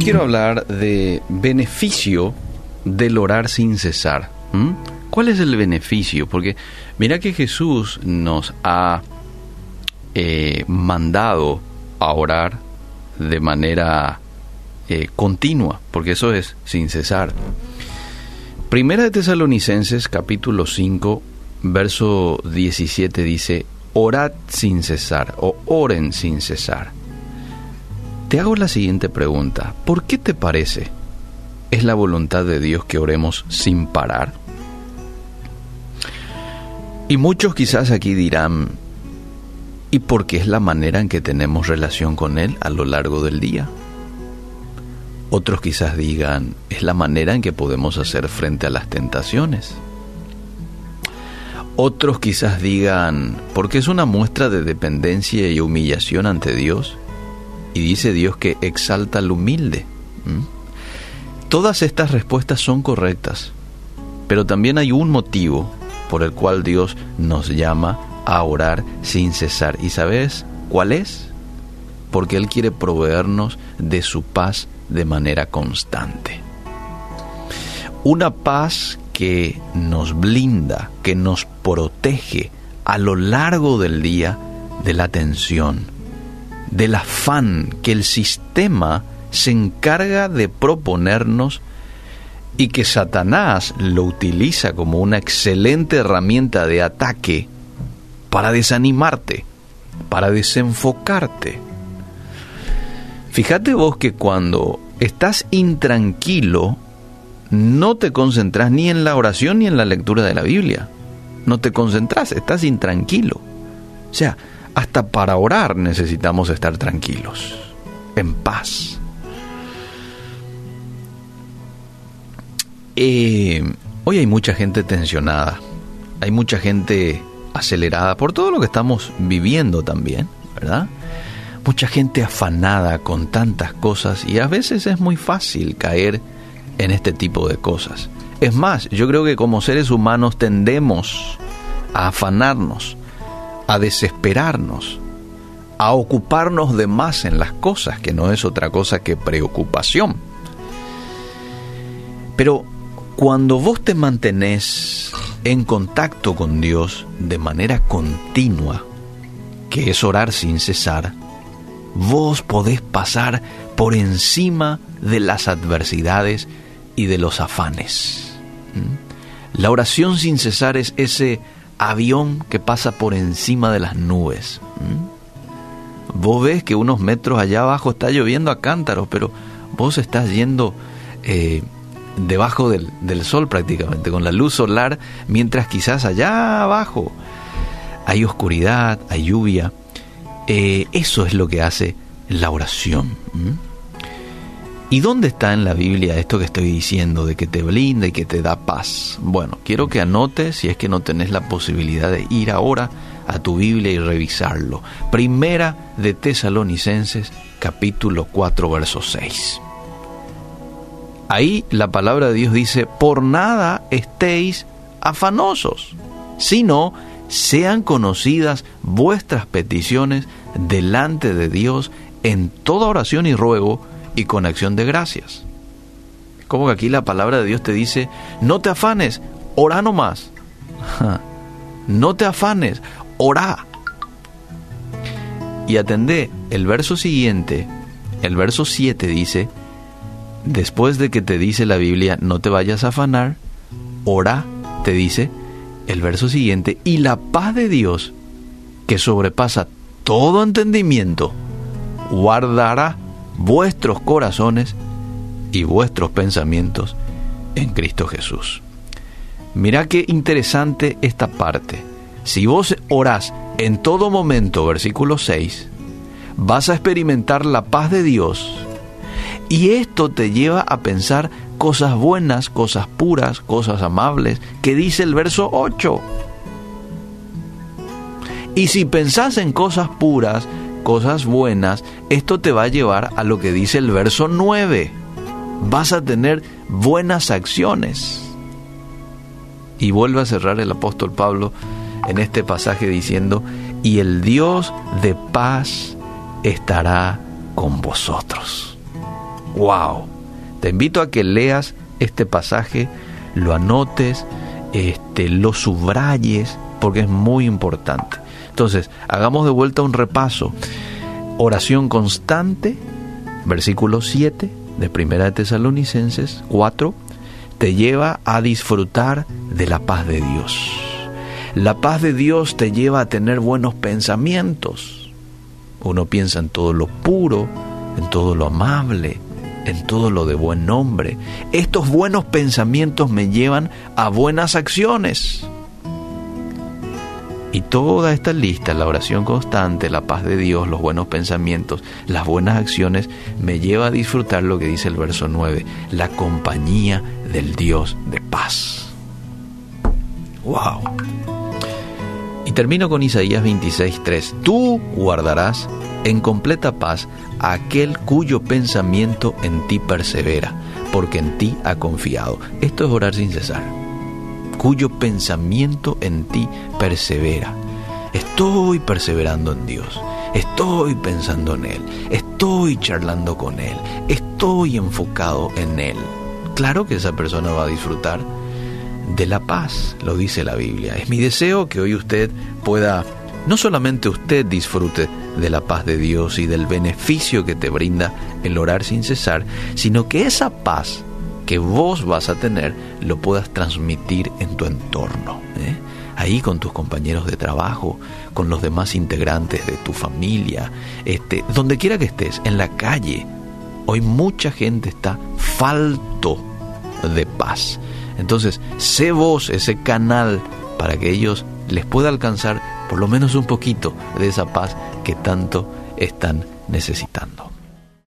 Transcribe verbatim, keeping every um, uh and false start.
quiero hablar de beneficio del orar sin cesar. ¿Mm? ¿Cuál es el beneficio? Porque mira que Jesús nos ha eh, mandado a orar de manera eh, continua, porque eso es sin cesar. Primera de Tesalonicenses, capítulo cinco, verso diecisiete dice: orad sin cesar, o oren sin cesar. Te hago la siguiente pregunta: ¿por qué te parece es la voluntad de Dios que oremos sin parar? Y muchos quizás aquí dirán: ¿y por qué es la manera en que tenemos relación con Él a lo largo del día? Otros quizás digan: es la manera en que podemos hacer frente a las tentaciones. Otros quizás digan: porque es una muestra de dependencia y humillación ante Dios, y dice Dios que exalta al humilde. ¿Mm? Todas estas respuestas son correctas, pero también hay un motivo por el cual Dios nos llama a orar sin cesar. ¿Y sabes cuál es? Porque Él quiere proveernos de su paz de manera constante. Una paz que nos blinda, que nos protege a lo largo del día de la tensión, del afán que el sistema se encarga de proponernos y que Satanás lo utiliza como una excelente herramienta de ataque para desanimarte, para desenfocarte. Fíjate vos que cuando estás intranquilo, no te concentras ni en la oración ni en la lectura de la Biblia. No te concentras, estás intranquilo. O sea, hasta para orar necesitamos estar tranquilos, en paz. Eh, hoy hay mucha gente tensionada, hay mucha gente acelerada por todo lo que estamos viviendo también, ¿verdad? Mucha gente afanada con tantas cosas y a veces es muy fácil caer en este tipo de cosas. Es más, yo creo que como seres humanos tendemos a afanarnos, a desesperarnos, a ocuparnos de más en las cosas, que no es otra cosa que preocupación. Pero cuando vos te mantenés en contacto con Dios de manera continua, que es orar sin cesar, vos podés pasar por encima de las adversidades y de los afanes. ¿Mm? La oración sin cesar es ese avión que pasa por encima de las nubes. ¿Mm? Vos ves que unos metros allá abajo está lloviendo a cántaros, pero vos estás yendo eh, debajo del, del sol prácticamente, con la luz solar, mientras quizás allá abajo hay oscuridad, hay lluvia. Eh, eso es lo que hace la oración. ¿Mm? ¿Y dónde está en la Biblia esto que estoy diciendo, de que te blinda y que te da paz? Bueno, quiero que anotes, si es que no tenés la posibilidad de ir ahora a tu Biblia y revisarlo. Primera de Tesalonicenses, capítulo cuatro, verso seis. Ahí la palabra de Dios dice: por nada estéis afanosos, sino sean conocidas vuestras peticiones delante de Dios en toda oración y ruego y con acción de gracias. Es como que aquí la palabra de Dios te dice: no te afanes, orá nomás. No te afanes, orá. Y atendé, el verso siguiente, el verso siete dice, después de que te dice la Biblia: no te vayas a afanar, orá, te dice el verso siguiente: y la paz de Dios, que sobrepasa todo entendimiento, guardará vuestros corazones y vuestros pensamientos en Cristo Jesús. Mirá qué interesante esta parte. Si vos orás en todo momento, versículo seis, vas a experimentar la paz de Dios, y esto te lleva a pensar cosas buenas, cosas puras, cosas amables, que dice el verso ocho. Y si pensás en cosas puras, cosas buenas, esto te va a llevar a lo que dice el verso nueve. Vas a tener buenas acciones. Y vuelve a cerrar el apóstol Pablo en este pasaje diciendo: y el Dios de paz estará con vosotros. ¡Wow! Te invito a que leas este pasaje, lo anotes, este, lo subrayes, porque es muy importante. Entonces, hagamos de vuelta un repaso. Oración constante, versículo siete de Primera de Tesalonicenses cuatro, te lleva a disfrutar de la paz de Dios. La paz de Dios te lleva a tener buenos pensamientos. Uno piensa en todo lo puro, en todo lo amable, en todo lo de buen nombre. Estos buenos pensamientos me llevan a buenas acciones. Y toda esta lista, la oración constante, la paz de Dios, los buenos pensamientos, las buenas acciones, me lleva a disfrutar lo que dice el verso nueve, la compañía del Dios de paz. ¡Wow! Y termino con Isaías veintiséis tres. Tú guardarás en completa paz a aquel cuyo pensamiento en ti persevera, porque en ti ha confiado. Esto es orar sin cesar. Cuyo pensamiento en ti persevera. Estoy perseverando en Dios. Estoy pensando en Él. Estoy charlando con Él. Estoy enfocado en Él. Claro que esa persona va a disfrutar de la paz, lo dice la Biblia. Es mi deseo que hoy usted pueda, no solamente usted disfrute de la paz de Dios y del beneficio que te brinda el orar sin cesar, sino que esa paz que vos vas a tener lo puedas transmitir en tu entorno, ¿eh? Ahí con tus compañeros de trabajo, con los demás integrantes de tu familia, este, donde quiera que estés, en la calle. Hoy mucha gente está falto de paz. Entonces, sé vos ese canal para que ellos les pueda alcanzar por lo menos un poquito de esa paz que tanto están necesitando.